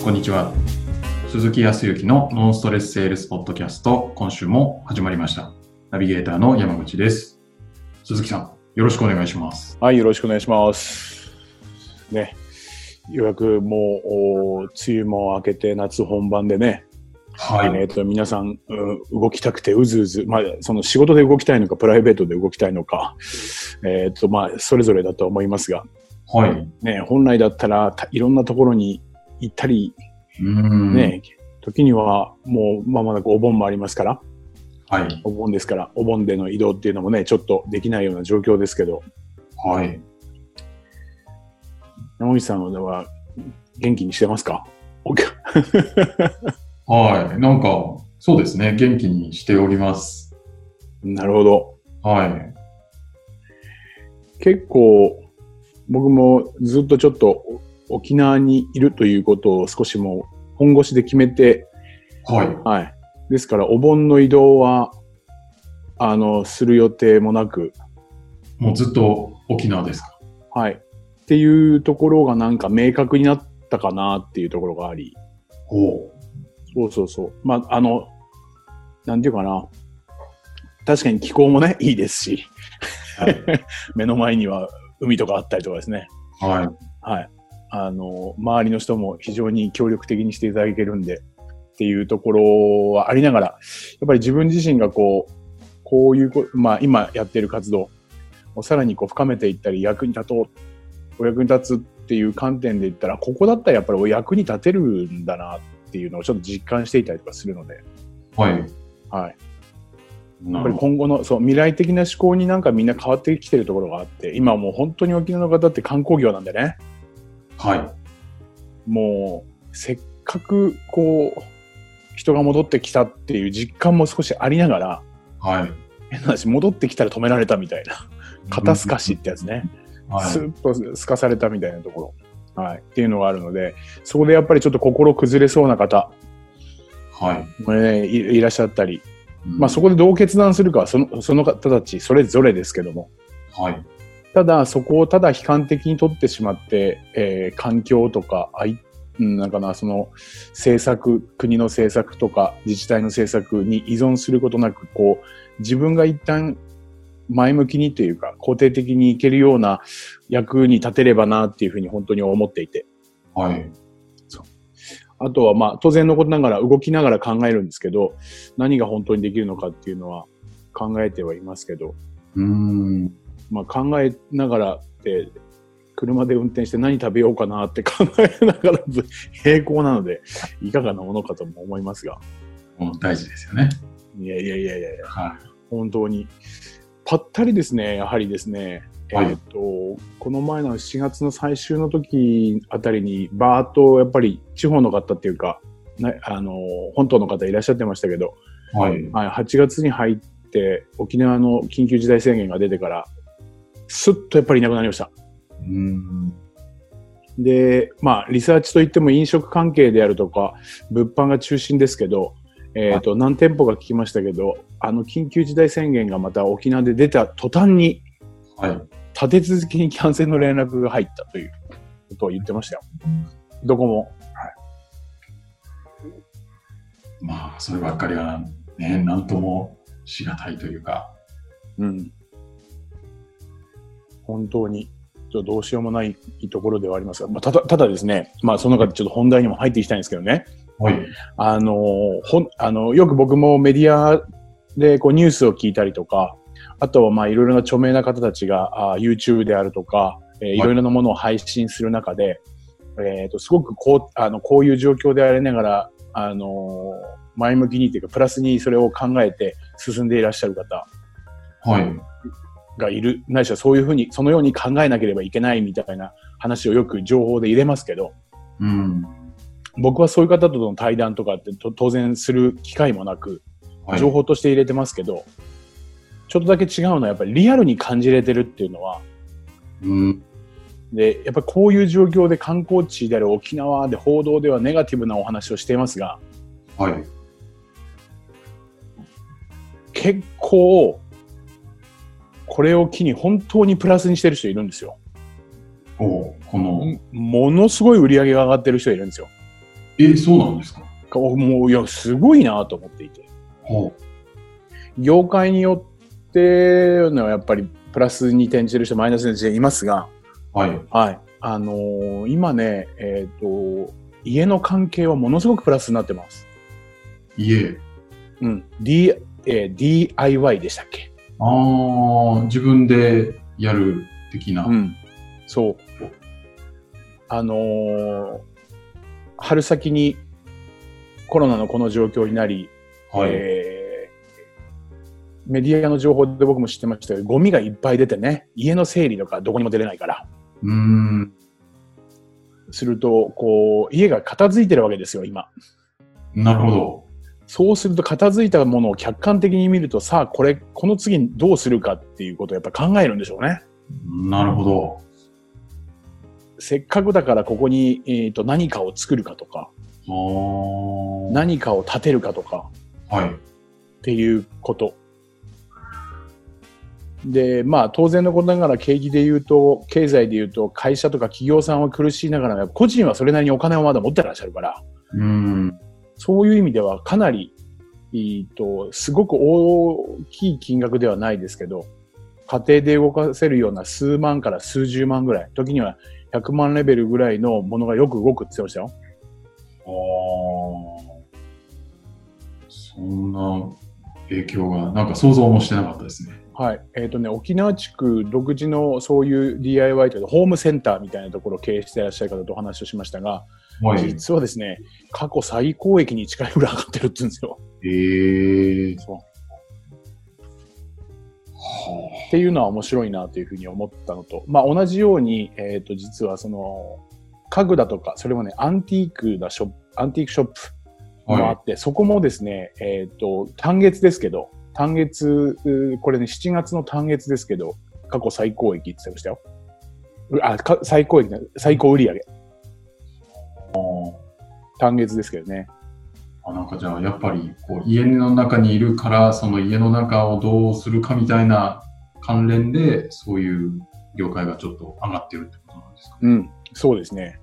こんにちは。鈴木康之のノンストレスセールスポッドキャスト、今週も始まりました。ナビゲーターの山口です。鈴木さん、よろしくお願いします。 はい、よろしくお願いします。ね、ようやくもう梅雨も明けて夏本番でね。 はい。 皆さん、動きたくてうずうず、その仕事で動きたいのか、プライベートで動きたいのか、それぞれだと思いますが、 はい。 ね、本来だったらいろんなところに行ったり、ね、時にはもう間もなくお盆もありますから、 はい。 お盆ですから、お盆での移動っていうのもね、ちょっとできないような状況ですけど、 はい。 山口さんは元気にしてますか？ はい。そうですね。元気にしております。 なるほど。 はい。 結構、僕もずっとちょっと沖縄にいるということを少しもう本腰で決めて、 はい。 はい。ですから、お盆の移動は、する予定もなく、 もうずっと沖縄ですか？ はい。っていうところがなんか明確になったかなっていうところがあり。 ほそう。なんていうかな。確かに気候もね、いいですし、 はい、 目の前には海とかあったりとかですね。 はい。 はい。周りの人も非常に協力的にしていただけるんで、っていうところはありながら、やっぱり自分自身がこういう今やっている活動をさらに深めていったり、お役に立つっていう観点で言ったら、ここだったらやっぱりお役に立てるんだなっていうのをちょっと実感していたりとかするので、 はい。 はい。やっぱり今後の未来的な思考になんかみんな変わってきてるところがあって、今もう本当に沖縄の方って観光業なんでね。 はい。 もうせっかく人が戻ってきたっていう実感も少しありながら、 はい。 変な話、戻ってきたら止められたみたいな、肩透かしってやつね。 はい。 スーッと透かされたみたいなところ、はい、っていうのがあるので、そこでやっぱりちょっと心崩れそうな方、 はい。 いらっしゃったり、そこでどう決断するかはその方たちそれぞれですけども、 はい。 ただそこをただ悲観的に取ってしまって、環境とかその政策、国の政策とか自治体の政策に依存することなく、自分が一旦前向きにというか肯定的にいけるような役に立てればなっていうふうに本当に思っていて。 はい。 あとは当然のことながら動きながら考えるんですけど、何が本当にできるのかっていうのは考えてはいますけど、考えながらって車で運転して何食べようかなって考えながら並行なのでいかがなものかとも思いますが。 大事ですよね。 いや、 はい。 本当にぱったりですね。やはりですね、 はい、 この前の7月の最終の時あたりにバーッとやっぱり地方の方っていうか、本島の方いらっしゃってましたけど、 はい。 8月に入って沖縄の緊急事態宣言が出てからスッとやっぱりいなくなりました。で、リサーチといっても飲食関係であるとか物販が中心ですけど、何店舗か聞きましたけど、緊急事態宣言がまた沖縄で出た途端に、立て続けにキャンセルの連絡が入ったということを言ってましたよ。どこも。 はい。そればっかりはね、なんともしがたいというか。 本当にどうしようもないところではありますが、ただですね、その中でちょっと本題にも入っていきたいんですけどね。 はい。 よく僕もメディアでニュースを聞いたりとか、あとはいろいろな著名な方たちがYouTube であるとか、いろいろなものを配信する中で、すごくこういう状況でありながら、前向きにというかプラスにそれを考えて進んでいらっしゃる方、がいる、ないしはそのように考えなければいけないみたいな話をよく情報で入れますけど、僕はそういう方との対談とかって当然する機会もなく、情報として入れてますけど、ちょっとだけ違うのはやっぱりリアルに感じれてるっていうのは、で、やっぱりこういう状況で観光地である沖縄で報道ではネガティブなお話をしていますが、結構これを機に本当にプラスにしてる人いるんですよ。ものすごい売り上げが上がってる人いるんですよ。 そうなんですか。 もう、いや、すごいなと思っていて。 は業界によってのはやっぱりプラスに転じる人、マイナスに転じる人いますが、 はい。 はい。今ね、家の関係はものすごくプラスになってます。 家。 うん。DIY でしたっけ？ 自分でやる的な。 うん。そう。春先にコロナのこの状況になり、 はい。 メディアの情報で僕も知ってましたけど、ゴミがいっぱい出てね、家の整理とかどこにも出れないから。すると、こう、家が片付いてるわけですよ、今。 なるほど。 そうすると、片付いたものを客観的に見ると、さあ、この次どうするかっていうことをやっぱ考えるんでしょうね。 なるほど。 せっかくだからここに、何かを作るかとか、何かを建てるかとか、 はい。 っていうこと。で、まあ当然のことながら経済で言うと、会社とか企業さんは苦しいながら、個人はそれなりにお金をまだ持ってらっしゃるから、そういう意味ではかなり、すごく大きい金額ではないですけど、家庭で動かせるような数万から数十万ぐらい、時には100万レベルぐらいのものがよく動くって言ってましたよ。 そんな影響が、なんか想像もしてなかったですね。 はい。沖縄地区独自のそういう DIY というか、ホームセンターみたいなところを経営していらっしゃる方とお話をしましたが、はい、実はですね、過去最高益に近いぐらい上がってるって言うんですよ。そう。っていうのは面白いなというふうに思ったのと、まあ同じように、実はその、家具だとか、それもね、アンティークショップもあって、はい、そこもですね、単月ですけど、これね、7月の単月ですけど、過去最高益って言ってましたよ。最高益、最高売上。単月ですけどね。 なんかじゃあ、やっぱりこう家の中にいるから、その家の中をどうするかみたいな関連で、そういう業界がちょっと上がってるってことなんですか？ うん、そうですね。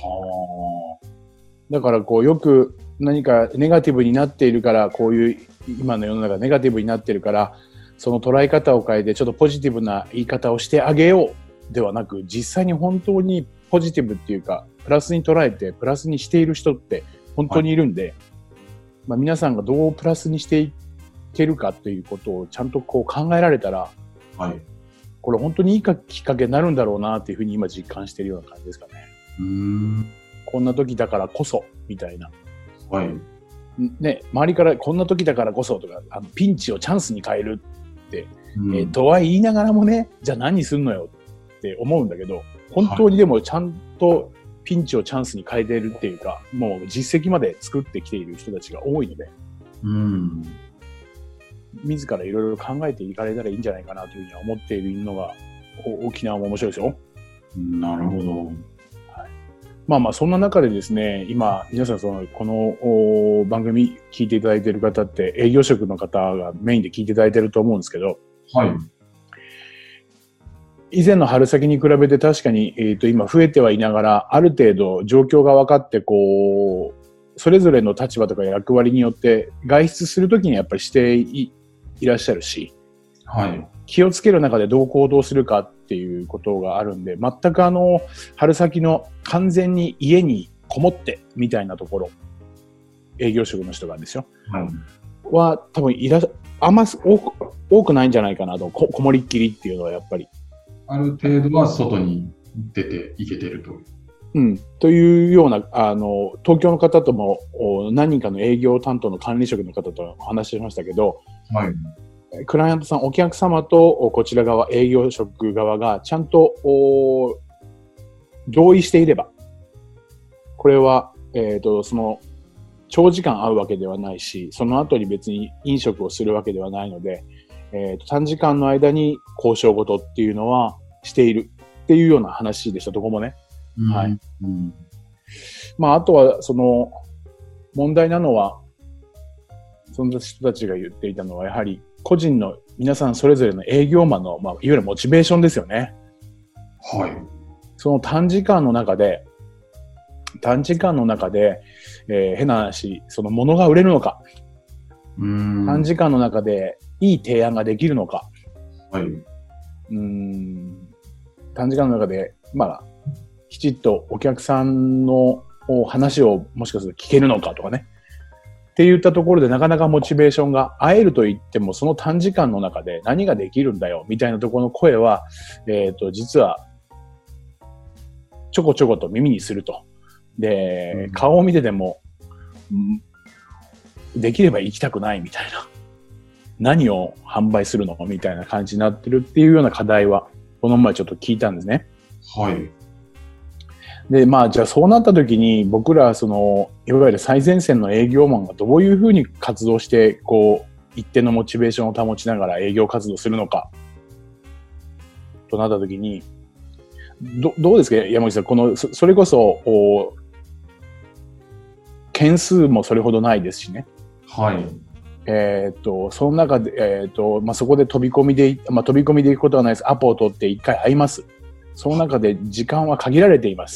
だからこうよく何かネガティブになっているから、こういう今の世の中ネガティブになっているから、その捉え方を変えてちょっとポジティブな言い方をしてあげようではなく、実際に本当にポジティブっていうか、プラスに捉えてプラスにしている人って本当にいるんで、はい、まあ、皆さんがどうプラスにしていけるかということをちゃんとこう考えられたら、はい、これ本当にいいきっかけになるんだろうなっていうふうに今実感しているような感じですかね。こんな時だからこそみたいな。はい。ね、周りからこんな時だからこそとか、ピンチをチャンスに変えるって、とは言いながらもね、じゃあ何すんのよって思うんだけど、本当にでもちゃんとピンチをチャンスに変えているっていうか、もう実績まで作ってきている人たちが多いので、自らいろいろ考えていかれたらいいんじゃないかなというふうには思っているのが、沖縄も面白いですよ。 なるほど。 まあまあ、そんな中でですね、今、皆さんこの番組聞いていただいている方って営業職の方がメインで聞いていただいていると思うんですけど、はい。以前の春先に比べて確かに、今増えてはいながら、ある程度状況が分かって、こう、それぞれの立場とか役割によって外出するときにやっぱりしていらっしゃるし、はい。気をつける中でどう行動するかっていうことがあるんで、全く春先の完全に家にこもってみたいなところ、営業職の人がですよ。は多分あんま多くないんじゃないかなと、こもりっきりっていうのはやっぱり。 ある程度は外に出ていけてると。 というような、東京の方とも何人かの営業担当の管理職の方とお話ししましたけど、はい。クライアントさん、お客様とこちら側、営業職側がちゃんと同意していれば、これは、その長時間会うわけではないし、その後に別に飲食をするわけではないので、短時間の間に交渉事っていうのはしているっていうような話でした、どこもね。はい。まあ、あとは、問題なのは、その人たちが言っていたのは、やはり、個人の皆さんそれぞれの営業マンの、いわゆるモチベーションですよね。はい。その短時間の中で、 短時間の中で、変な話、その物が売れるのか、短時間の中でいい提案ができるのか、 はい。 短時間の中で、まあ、きちっとお客さんの話をもしかすると聞けるのかとかね。って言ったところでなかなかモチベーションが会えると言ってもその短時間の中で何ができるんだよみたいなところの声は、実はちょこちょこと耳にすると。で、顔を見てても、できれば行きたくないみたいな。何を販売するのみたいな感じになってるっていうような課題は、この前ちょっと聞いたんですね。 はい。 で、まあ、じゃあそうなった時に、僕ら、いわゆる最前線の営業マンがどういうふうに活動して、こう、一定のモチベーションを保ちながら営業活動するのか、となった時に、どうですか、山口さん。それこそ、件数もそれほどないですしね。 はい。 その中で、まあ、そこで飛び込みで行くことはないです。アポを取って一回会います。その中で時間は限られています。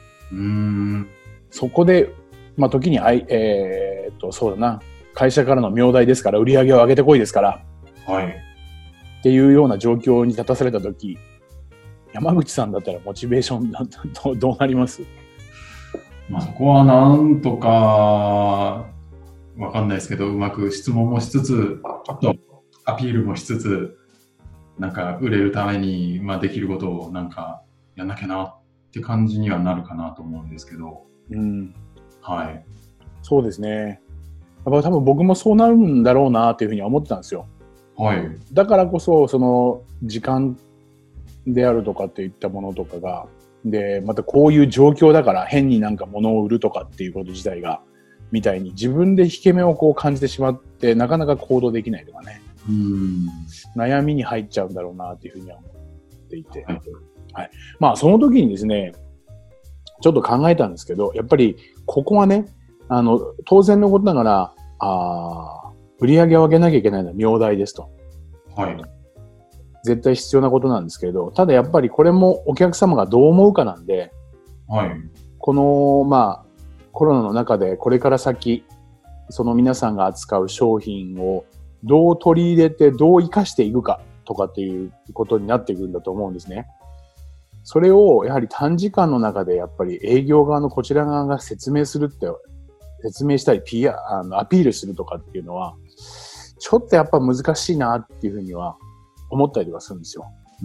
そこで、まあ、時にそうだな。会社からの命題ですから、売り上げを上げてこいですから。 はい。 っていうような状況に立たされた時、山口さんだったらモチベーションどうなります？ まあ、そこはなんとか、わかんないですけど、うまく質問もしつつ、ちょっとアピールもしつつ、なんか売れるために、まあ、できることをなんかやんなきゃなって感じにはなるかなと思うんですけど。はい。 そうですね。やっぱ多分僕もそうなるんだろうなというふうには思ってたんですよ。 はい。 だからこそ、その時間であるとかっていったものとかが、で、またこういう状況だから変になんか物を売るとかっていうこと自体が、みたいに自分で引け目をこう感じてしまって、なかなか行動できないとかね。悩みに入っちゃうんだろうなというふうには思っていて。はい。まあその時にですね、ちょっと考えたんですけど、やっぱりここはね、当然のことながら、売り上げを上げなきゃいけないのは妙題ですと。 はい。 絶対必要なことなんですけれど、ただやっぱりこれもお客様がどう思うかなんで、 はい。 この、まあ、コロナの中でこれから先、その皆さんが扱う商品をどう取り入れてどう活かしていくかとかっていうことになっていくんだと思うんですね。それをやはり短時間の中でやっぱり営業側のこちら側が説明したりアピールするとかっていうのは、ちょっとやっぱ難しいなっていうふうには思ったりとかするんですよ。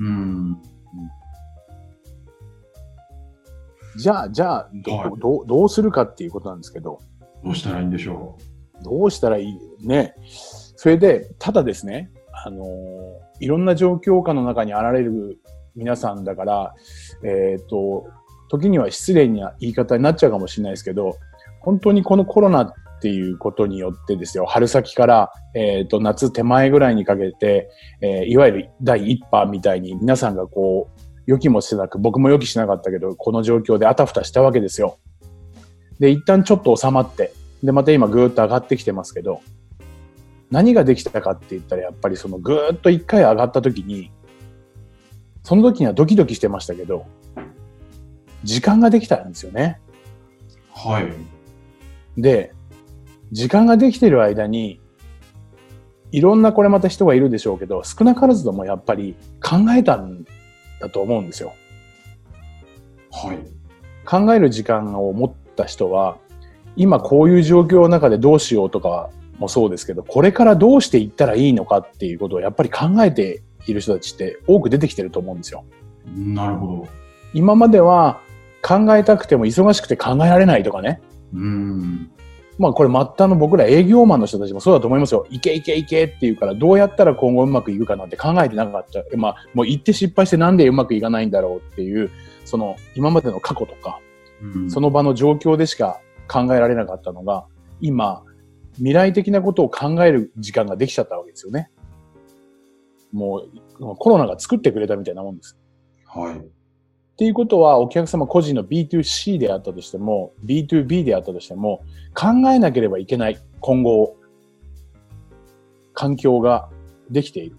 じゃあ、どうするかっていうことなんですけど。 どうしたらいいんでしょう。どうしたらいいね。それで、ただですね、いろんな状況下の中にあられる皆さんだから、時には失礼な言い方になっちゃうかもしれないですけど、本当にこのコロナっていうことによってですよ、春先から、夏手前ぐらいにかけて、いわゆる第一波みたいに皆さんがこう、予期もしてなく、僕も予期しなかったけど、この状況であたふたしたわけですよ。で、一旦ちょっと収まって、で、また今ぐーっと上がってきてますけど、何ができたかって言ったら、やっぱりそのぐーっと一回上がった時に、その時にはドキドキしてましたけど、時間ができたんですよね。 はい。 で、時間ができてる間に、いろんなこれまた人がいるでしょうけど、少なからずともやっぱり考えたんだと思うんですよ。 はい。 考える時間を持った人は、今こういう状況の中でどうしようとかもそうですけど、これからどうしていったらいいのかっていうことをやっぱり考えている人たちって多く出てきてると思うんですよ。 なるほど。 今までは考えたくても忙しくて考えられないとかね。まあこれ末端の僕ら営業マンの人たちもそうだと思いますよ。いけいけいけっていうからどうやったら今後うまくいくかなんて考えてなかった。まあもう言って失敗してなんでうまくいかないんだろうっていう、その今までの過去とか、その場の状況でしか考えられなかったのが、今、未来的なことを考える時間ができちゃったわけですよね。もうコロナが作ってくれたみたいなもんです。 はい。 っていうことは、お客様個人の B2C であったとしても、B2B であったとしても、考えなければいけない今後、環境ができている。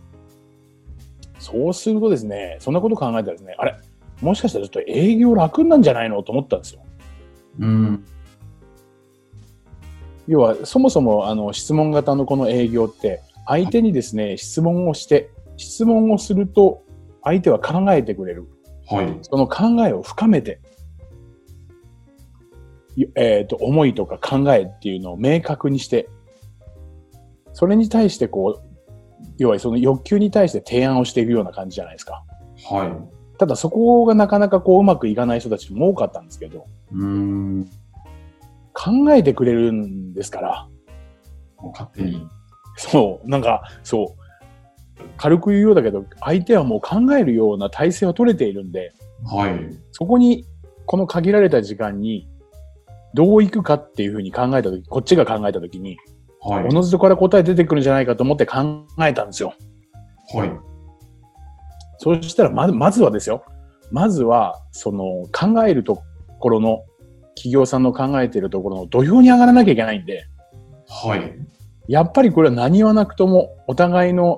そうするとですね、そんなこと考えたらですね、あれ、もしかしたらちょっと営業楽なんじゃないのと思ったんですよ。 うん。 要は、そもそも質問型のこの営業って、相手にですね、質問をすると、相手は考えてくれる。 はい。 その考えを深めて、思いとか考えっていうのを明確にして、それに対して要はその欲求に対して提案をしていくような感じじゃないですか。 はい。 ただそこがなかなかうまくいかない人たちも多かったんですけど、考えてくれるんですから。 もう勝手に。 そう、軽く言うようだけど、相手はもう考えるような体制を取れているんで、 はい。 そこに、この限られた時間に、どう行くかっていうふうに考えたとき、こっちが考えたときに、 はい。 おのずとから答え出てくるんじゃないかと思って考えたんですよ。 はい。 そうしたら、まずはですよ。まずは、考えるところの、企業さんの考えているところの土俵に上がらなきゃいけないんで、 はい。 やっぱりこれは何はなくとも、お互いの、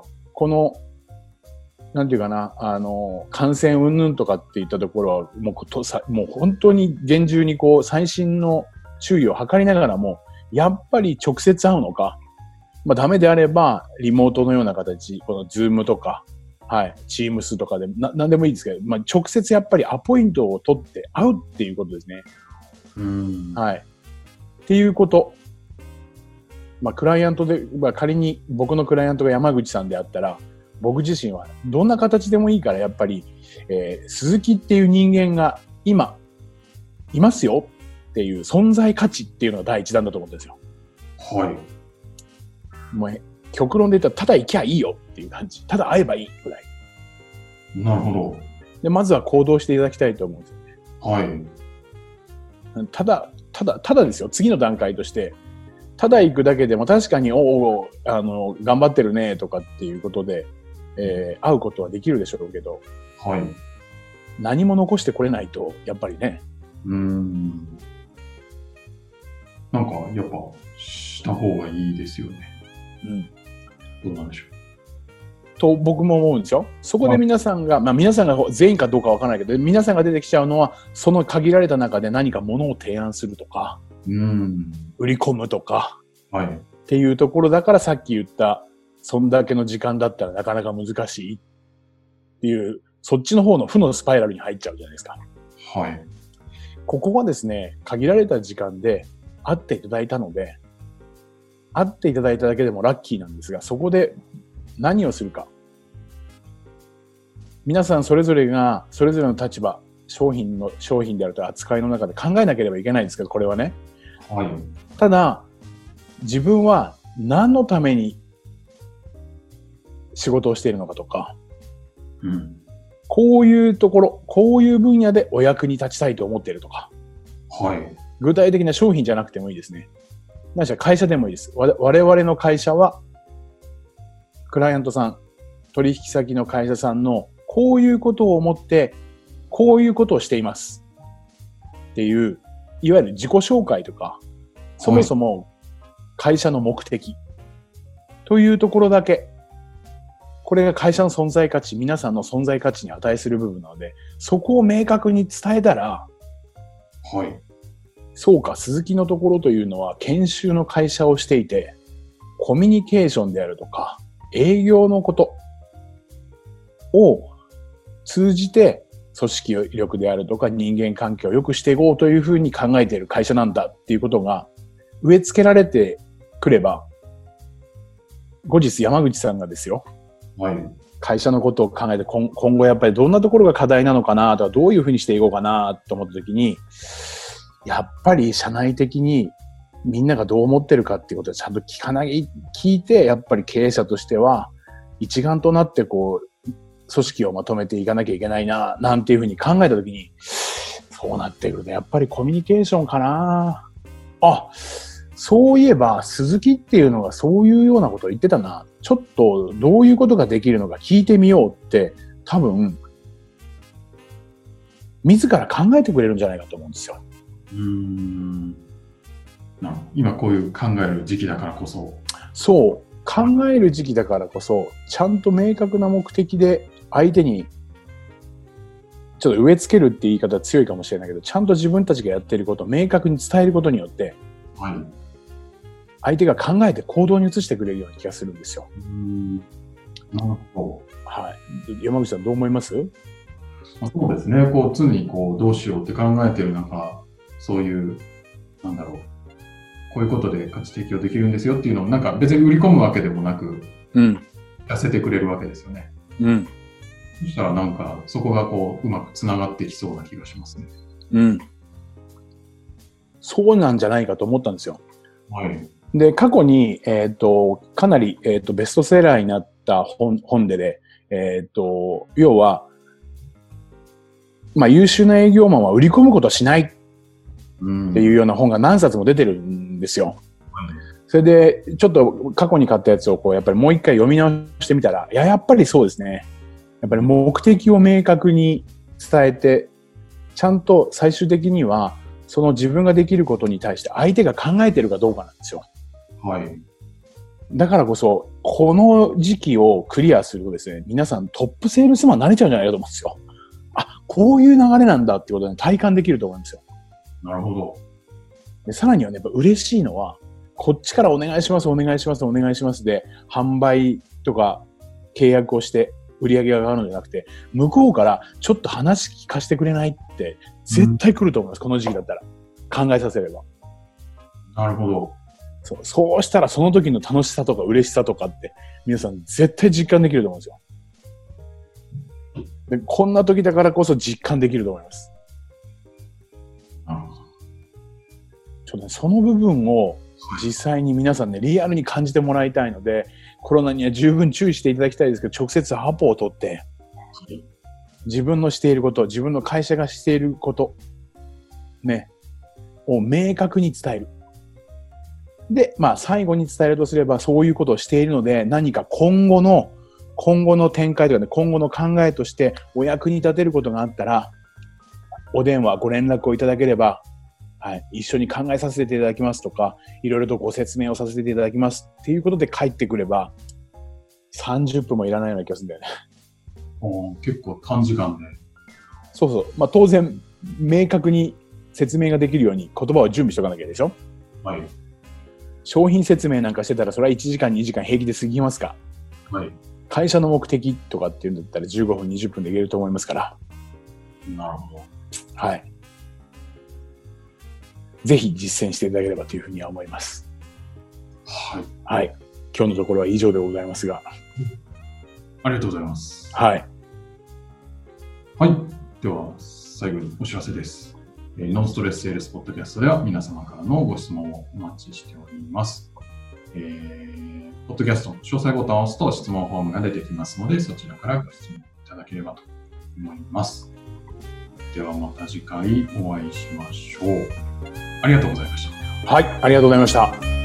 なんていうかな、感染云々とかっていったところは、もう本当に厳重に最新の注意を図りながらも、やっぱり直接会うのか、ダメであれば、リモートのような形、このズームとか、はい、チームスとかでなんでもいいですけど、直接やっぱりアポイントを取って会うっていうことですね。はい。っていうこと。クライアントで、仮に僕のクライアントが山口さんであったら、僕自身はどんな形でもいいからやっぱり、鈴木っていう人間が今、いますよっていう存在価値っていうのが第一弾だと思うんですよ。 はい。 もう極論で言ったらただ行きゃいいよっていう感じ。ただ会えばいいぐらい。 なるほど。 で、まずは行動していただきたいと思うんですよね。 はい。 ただですよ。次の段階として、ただ行くだけでも確かに、頑張ってるねとかっていうことで、会うことはできるでしょうけど、 はい。 何も残してこれないと、やっぱりね。 なんか、やっぱ、した方がいいですよね。どうなんでしょう。 と僕も思うんですよ。そこで皆さんが、皆さんが全員かどうかわからないけど、皆さんが出てきちゃうのは、その限られた中で何か物を提案するとか、売り込むとか、 はい。 っていうところだからさっき言った、そんだけの時間だったらなかなか難しいっていう、そっちの方の負のスパイラルに入っちゃうじゃないですか。 はい。 ここはですね、限られた時間で会っていただいたので、会っていただいただけでもラッキーなんですが、そこで何をするか。皆さんそれぞれが、それぞれの立場、商品であると扱いの中で考えなければいけないんですけど、これはね。 はい。 ただ、自分は何のために仕事をしているのかとか、こういうところ、こういう分野でお役に立ちたいと思っているとか、 はい。 具体的な商品じゃなくてもいいですね。何しろ会社でもいいです。我々の会社は、クライアントさん、取引先の会社さんのこういうことを思って、こういうことをしています。っていう、いわゆる自己紹介とか、そもそも会社の目的というところだけ、これが会社の存在価値、皆さんの存在価値に値する部分なので、そこを明確に伝えたら、 はい。 そうか、鈴木のところというのは研修の会社をしていて、コミュニケーションであるとか、営業のことを通じて、組織力であるとか人間関係を良くしていこうというふうに考えている会社なんだっていうことが植え付けられてくれば、後日山口さんがですよ、 はい。 会社のことを考えて今後やっぱりどんなところが課題なのかなとか、どういうふうにしていこうかなと思ったときに、やっぱり社内的にみんながどう思ってるかっていうことをちゃんと聞いて、やっぱり経営者としては一丸となって組織をまとめていかなきゃいけないな、なんていうふうに考えたときに、そうなってくるとやっぱりコミュニケーションかな。あ、そういえば鈴木っていうのがそういうようなことを言ってたな。ちょっとどういうことができるのか聞いてみようって多分自ら考えてくれるんじゃないかと思うんですよ。 今こういう考える時期だからこそ。 そう。考える時期だからこそ、ちゃんと明確な目的で相手に、 ちょっと植え付けるって言い方は強いかもしれないけど、ちゃんと自分たちがやっていることを明確に伝えることによって、 はい。 相手が考えて行動に移してくれるような気がするんですよ。 なるほはい。山口さんどう思います？ ど。そうですね。こう、常にこう、どうしようって考えてる中、そういう、なんだろう。こういうことで価値提供できるんですよっていうのを、なんか別に売り込むわけでもなく、やせてくれるわけですよね。そしたらなんか、そこがこう、うまくつながってきそうな気がしますね。 そうなんじゃないかと思ったんですよ。 はい。 で、過去に、かなり、ベストセラーになった本で、要は、優秀な営業マンは売り込むことはしないっていうような本が何冊も出てるんですよ。それで、ちょっと過去に買ったやつをやっぱりもう一回読み直してみたら、やっぱりそうですね。やっぱり目的を明確に伝えて、ちゃんと最終的には、その自分ができることに対して相手が考えてるかどうかなんですよ。 はい。 だからこそ、この時期をクリアするとですね、皆さんトップセールスマンになれちゃうんじゃないかと思うんですよ。こういう流れなんだってことで体感できると思うんですよ。 なるほど。 でさらにはね、やっぱ嬉しいのは、こっちからお願いします、お願いします、お願いしますで、販売とか契約をして売り上げが上がるのではなくて、向こうからちょっと話聞かせてくれないって絶対来ると思います、この時期だったら。考えさせれば。 なるほど。 そうしたらその時の楽しさとか嬉しさとかって皆さん絶対実感できると思うんですよ。でこんな時だからこそ実感できると思います。 なるほど。 ちょっとね、その部分を実際に皆さんね、リアルに感じてもらいたいので、コロナには十分注意していただきたいですけど、直接アポを取って、自分のしていること、自分の会社がしていること、ね、を明確に伝える。で、最後に伝えるとすれば、そういうことをしているので、何か今後の展開とかね、今後の考えとしてお役に立てることがあったら、お電話、ご連絡をいただければ、はい、一緒に考えさせていただきますとか、いろいろとご説明をさせていただきますっていうことで帰ってくれば、30分もいらないような気がするんだよね。 結構短時間で。 そうそう。当然、明確に説明ができるように言葉を準備しておかなきゃいけないでしょ。 はい。 商品説明なんかしてたら、それは1時間、2時間平気で過ぎますか。 はい。 会社の目的とかっていうんだったら15分、20分でいけると思いますから。 なるほど。 はい。ぜひ実践していただければというふうには思います。 はい。 はい。今日のところは以上でございますが。 ありがとうございます。 はい。 はい。では、最後にお知らせです。ノンストレスセールスポッドキャストでは皆様からのご質問をお待ちしております。ポッドキャストの詳細ボタンを押すと質問フォームが出てきますので、そちらからご質問いただければと思います。ではまた次回お会いしましょう。ありがとうございました。 はい、ありがとうございました。